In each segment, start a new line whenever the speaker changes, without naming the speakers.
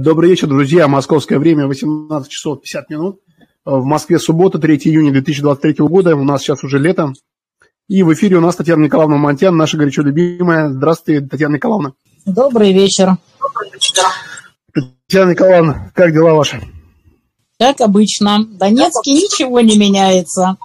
Добрый вечер, друзья. Московское время 18 часов 50 минут. В Москве суббота, 3 июня 2023 года. У нас сейчас уже лето. И в эфире у нас Татьяна Николаевна Монтян, наша горячо любимая. Здравствуйте, Татьяна Николаевна.
Добрый вечер.
Татьяна Николаевна, как дела ваши?
Как обычно. В Донецке ничего не меняется.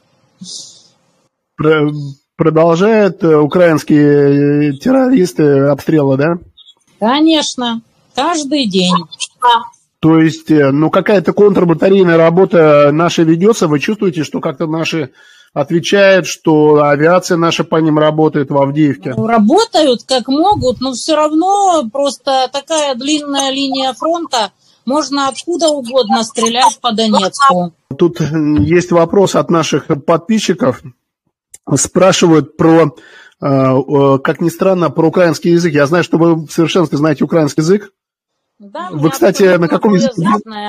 Продолжают украинские террористы обстрелы, да?
Конечно. Каждый день.
То есть, какая-то контрбатарейная работа наша ведется. Вы чувствуете, что как-то наши отвечают, что авиация наша по ним работает в Авдеевке?
Работают как могут, но все равно просто такая длинная линия фронта, можно откуда угодно стрелять по Донецку.
Тут есть вопрос от наших подписчиков. Спрашивают про, как ни странно, про украинский язык. Я знаю, что вы в совершенстве знаете украинский язык.
Да,
вы, кстати, на каком языке?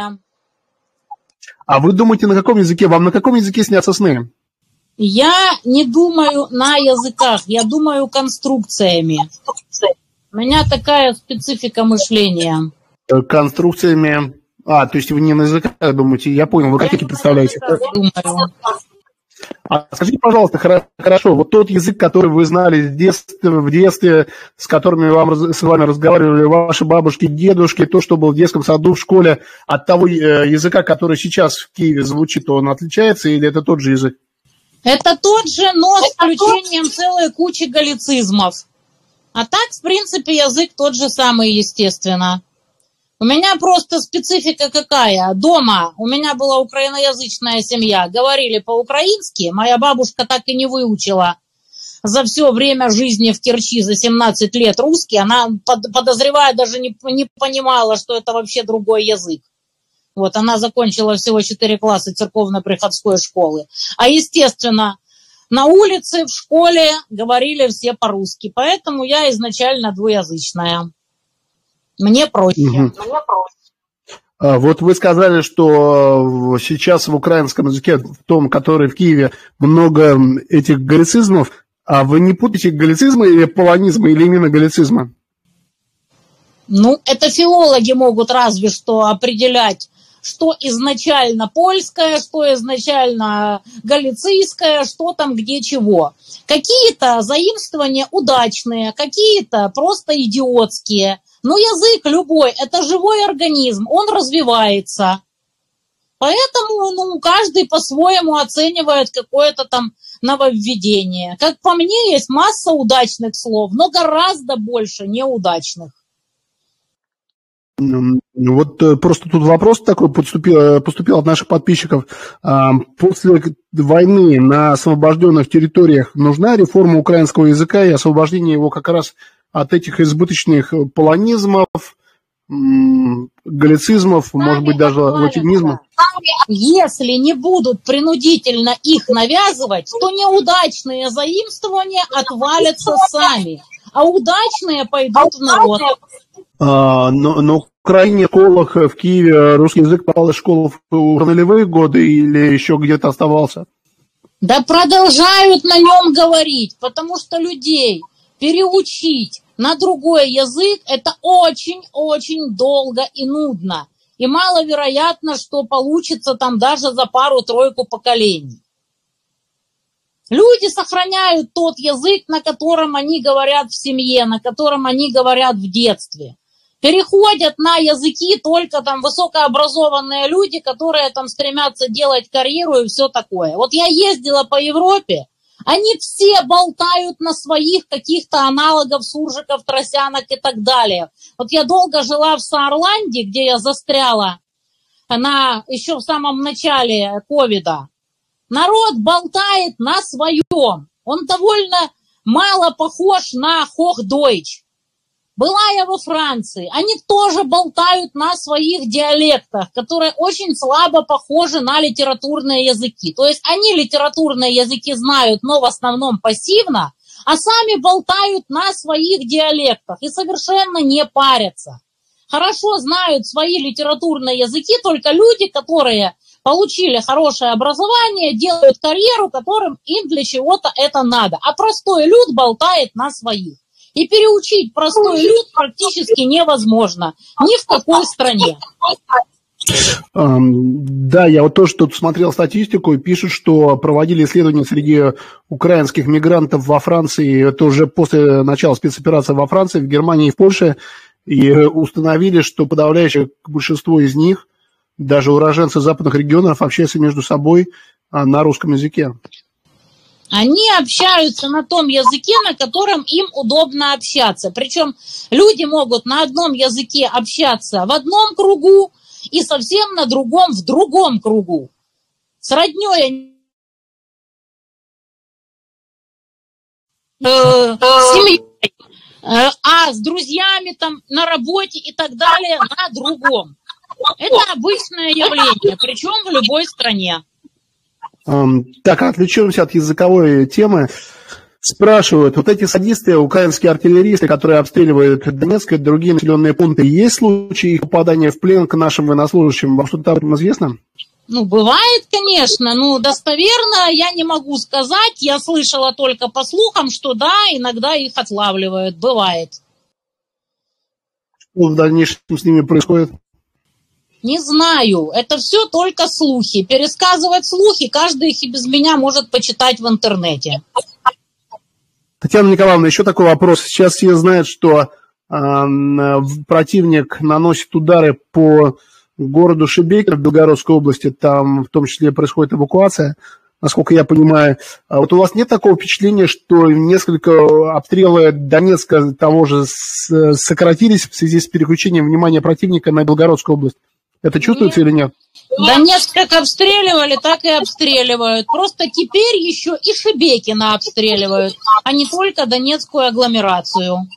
А вы думаете, на каком языке? Вам на каком языке снятся сны?
Я не думаю на языках, я думаю конструкциями. У меня такая специфика мышления.
Конструкциями. То есть вы не на языках думаете, я понял, вы какие представляете?
Думаю.
Скажите, пожалуйста, хорошо, вот тот язык, который вы знали в детстве, с которыми с вами разговаривали ваши бабушки, дедушки, то, что было в детском саду, в школе, от того языка, который сейчас в Киеве звучит, он отличается или это тот же язык?
Это тот же, но с включением целой кучи галлицизмов. А так, в принципе, язык тот же самый, естественно. У меня просто специфика какая. Дома у меня была украиноязычная семья, говорили по-украински. Моя бабушка так и не выучила за все время жизни в Керчи, за 17 лет русский. Она, подозревая, даже не понимала, что это вообще другой язык. Вот, она закончила всего 4 класса церковно-приходской школы. А, естественно, на улице, в школе говорили все по-русски. Поэтому я изначально двуязычная. Мне проще.
Вот вы сказали, что сейчас в украинском языке, в том, который в Киеве, много этих галлицизмов. А вы не путаете галлицизмы или полонизмы, или именно галлицизмы?
Это филологи могут разве что определять, что изначально польское, что изначально галлицийское, что там где чего. Какие-то заимствования удачные, какие-то просто идиотские. Но язык любой, это живой организм, он развивается. Поэтому, каждый по-своему оценивает какое-то там нововведение. Как по мне, есть масса удачных слов, но гораздо больше неудачных.
Вот просто тут вопрос такой поступил от наших подписчиков. После войны на освобожденных территориях нужна реформа украинского языка и освобождение его как раз от этих избыточных полонизмов, галлицизмов, может быть, даже латинизмов?
Если не будут принудительно их навязывать, то неудачные заимствования отвалятся сами, а удачные пойдут в народ.
Но в Украине, в школах, в Киеве русский язык попал из школ в нулевые годы или еще где-то оставался?
Да продолжают на нем говорить, потому что людей переучить на другой язык это очень-очень долго и нудно. И маловероятно, что получится там даже за пару-тройку поколений. Люди сохраняют тот язык, на котором они говорят в семье, на котором они говорят в детстве. Переходят на языки только там высокообразованные люди, которые там стремятся делать карьеру и все такое. Вот я ездила по Европе, они все болтают на своих каких-то аналогов суржиков, тросянок и так далее. Вот я долго жила в Саарланде, где я застряла еще в самом начале ковида. Народ болтает на своем. Он довольно мало похож на Hochdeutsch. Была я во Франции. Они тоже болтают на своих диалектах, которые очень слабо похожи на литературные языки. То есть они литературные языки знают, но в основном пассивно, а сами болтают на своих диалектах и совершенно не парятся. Хорошо знают свои литературные языки только люди, которые получили хорошее образование, делают карьеру, которым им для чего-то это надо. А простой люд болтает на своих. И переучить простой люд практически невозможно ни в какой стране.
Да, я вот тоже тут смотрел статистику, и пишут, что проводили исследования среди украинских мигрантов во Франции, это уже после начала спецоперации во Франции, в Германии и в Польше, и установили, что подавляющее большинство из них, даже уроженцы западных регионов, общаются между собой на русском языке.
Они общаются на том языке, на котором им удобно общаться. Причем люди могут на одном языке общаться в одном кругу и совсем на другом в другом кругу. С роднёй семьей, а с друзьями там на работе и так далее на другом. Это обычное явление, причем в любой стране.
Так, отвлечемся от языковой темы. Спрашивают, вот эти садисты, украинские артиллеристы, которые обстреливают Донецк и другие населенные пункты, есть случаи их попадания в плен к нашим военнослужащим? Вам что-то об этом известно?
Ну, бывает, конечно, но достоверно я не могу сказать. Я слышала только по слухам, что да, иногда их отлавливают. Бывает.
Что в дальнейшем с ними происходит?
Не знаю. Это все только слухи. Пересказывать слухи каждый их и без меня может почитать в интернете.
Татьяна Николаевна, еще такой вопрос. Сейчас все знают, что противник наносит удары по городу Шебекино в Белгородской области. Там в том числе происходит эвакуация, насколько я понимаю. А вот у вас нет такого впечатления, что несколько обстрелы Донецка того же сократились в связи с переключением внимания противника на Белгородскую область? Это чувствуется или нет?
Донецк как обстреливали, так и обстреливают. Просто теперь еще и Шебекино обстреливают, а не только Донецкую агломерацию.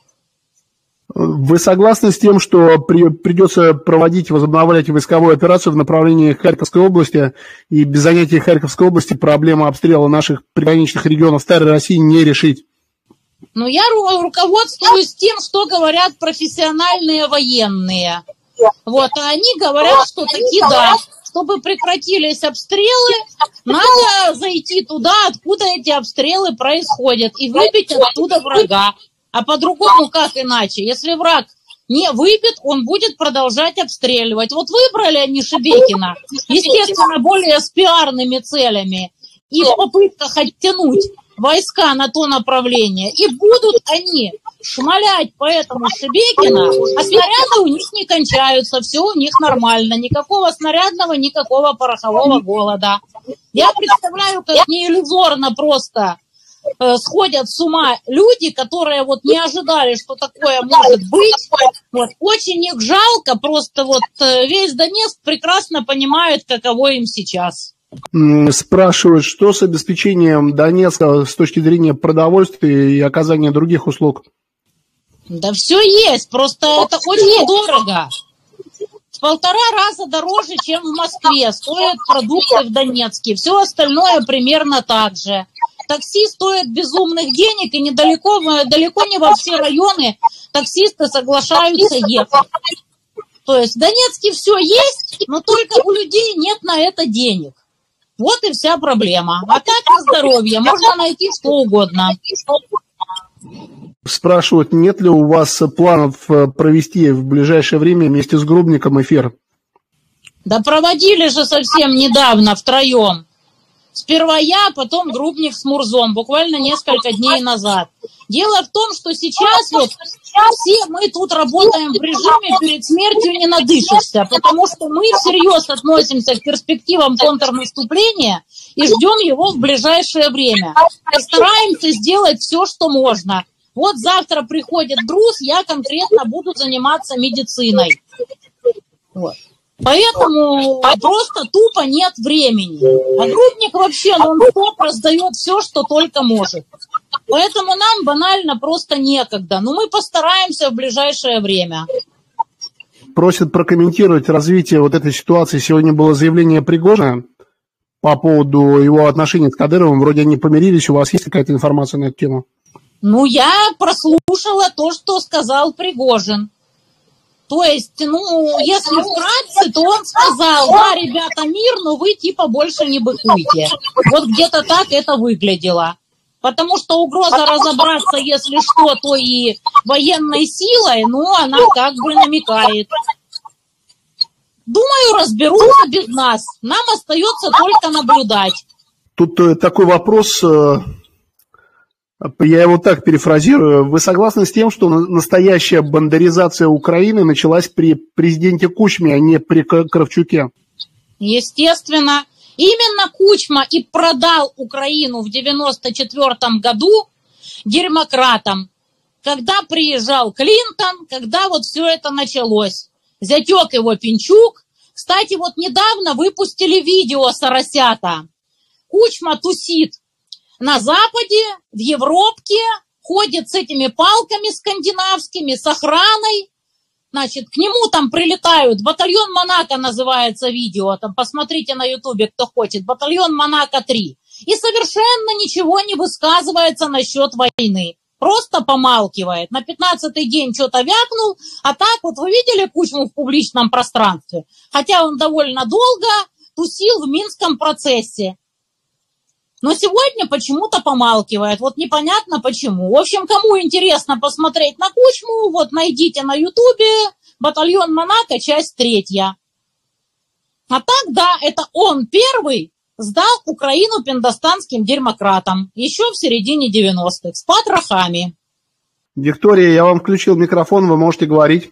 Вы согласны с тем, что придется возобновлять войсковую операцию в направлении Харьковской области, и без занятия Харьковской области проблема обстрела наших приграничных регионов Старой России не решить?
Ну, я руководствуюсь тем, что говорят профессиональные военные. Вот, а они говорят, что таки да, чтобы прекратились обстрелы, надо зайти туда, откуда эти обстрелы происходят, и выбить оттуда врага. А по-другому как иначе? Если враг не выбит, он будет продолжать обстреливать. Вот выбрали они Шебекино, естественно, более с пиарными целями, и в попытках оттянуть войска на то направление, и будут они шмалять по этому Шебекино, а снаряды у них не кончаются, все у них нормально, никакого снарядного, никакого порохового голода. Я представляю, как неиллюзорно просто сходят с ума люди, которые вот не ожидали, что такое может быть. Вот. Очень их жалко, просто вот весь Донецк прекрасно понимает, каково им сейчас.
Спрашивают, что с обеспечением Донецка с точки зрения продовольствия и оказания других услуг?
Да все есть, просто это очень дорого. В 1,5 раза дороже, чем в Москве стоят продукты в Донецке. Все остальное примерно так же. Такси стоит безумных денег, и далеко не во все районы таксисты соглашаются ехать. То есть в Донецке все есть, но только у людей нет на это денег. Вот и вся проблема. А так на здоровье можно найти что угодно.
Спрашивают, нет ли у вас планов провести в ближайшее время вместе с Грубником эфир?
Да проводили же совсем недавно втроем. Сперва я, потом Грубник с Мурзом, буквально несколько дней назад. Дело в том, что сейчас вот все мы тут работаем в режиме перед смертью не надышишься, потому что мы всерьез относимся к перспективам контрнаступления и ждем его в ближайшее время. Постараемся сделать все, что можно. Вот завтра приходит груз, я конкретно буду заниматься медициной. Вот. Поэтому просто тупо нет времени. А Грубник вообще нон-стоп раздает все, что только может. Поэтому нам банально просто некогда. Но мы постараемся в ближайшее время.
Просят прокомментировать развитие вот этой ситуации. Сегодня было заявление Пригожина по поводу его отношений с Кадыровым. Вроде они помирились. У вас есть какая-то информация на эту тему?
Ну, я прослушала то, что сказал Пригожин. То есть, если вкратце, то он сказал, да, ребята, мир, но вы типа больше не быкуйте. Вот где-то так это выглядело. Потому что угроза разобраться, если что, то и военной силой, ну, она как бы намекает. Думаю, разберутся без нас. Нам остается только наблюдать.
Тут такой вопрос, я его так перефразирую. Вы согласны с тем, что настоящая бандеризация Украины началась при президенте Кучме, а не при Кравчуке?
Естественно. Именно Кучма и продал Украину в 1994 году демократам, когда приезжал Клинтон, когда вот все это началось. Зятек его Пинчук. Кстати, вот недавно выпустили видео Соросята. Кучма тусит на Западе, в Европке, ходит с этими палками скандинавскими, с охраной. Значит, к нему там прилетают, батальон Монако называется видео, там посмотрите на ютубе, кто хочет, батальон Монако 3. И совершенно ничего не высказывается насчет войны, просто помалкивает. На 15-й день что-то вякнул, а так вот вы видели Кучму в публичном пространстве? Хотя он довольно долго тусил в Минском процессе. Но сегодня почему-то помалкивает. Вот непонятно почему. В общем, кому интересно посмотреть на Кучму, вот найдите на ютубе «Батальон Монако», часть 3. А так, да, это он первый сдал Украину пиндостанским демократам. Еще в середине 90-х. С потрохами.
Виктория, я вам включил микрофон, вы можете говорить.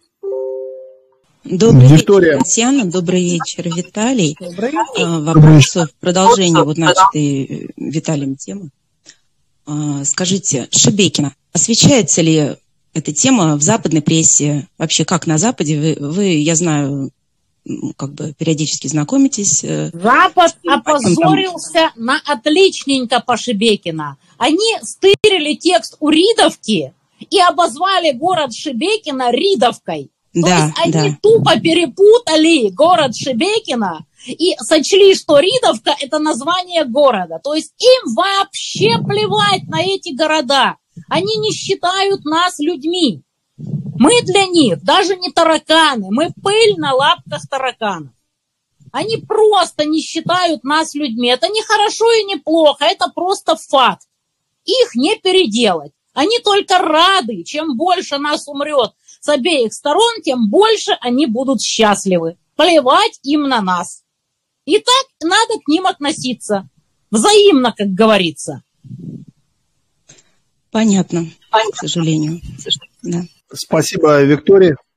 Добрый вечер, Татьяна. Добрый вечер, Виталий. Вопрос в продолжении вот начатой Виталием темы. Скажите, Шебекина, освещается ли эта тема в западной прессе? Вообще, как на Западе? Вы, я знаю, как бы периодически знакомитесь.
Запад опозорился на отличненько по Шебекина. Они стырили текст у Ридовки и обозвали город Шебекино Ридовкой. То есть они тупо перепутали город Шебекино и сочли, что Ридовка – это название города. То есть им вообще плевать на эти города. Они не считают нас людьми. Мы для них даже не тараканы. Мы пыль на лапках тараканов. Они просто не считают нас людьми. Это не хорошо и не плохо. Это просто факт. Их не переделать. Они только рады. Чем больше нас умрет с обеих сторон, тем больше они будут счастливы. Плевать им на нас. И так надо к ним относиться. Взаимно, как говорится.
Понятно, к сожалению. Да.
Спасибо, Виктория.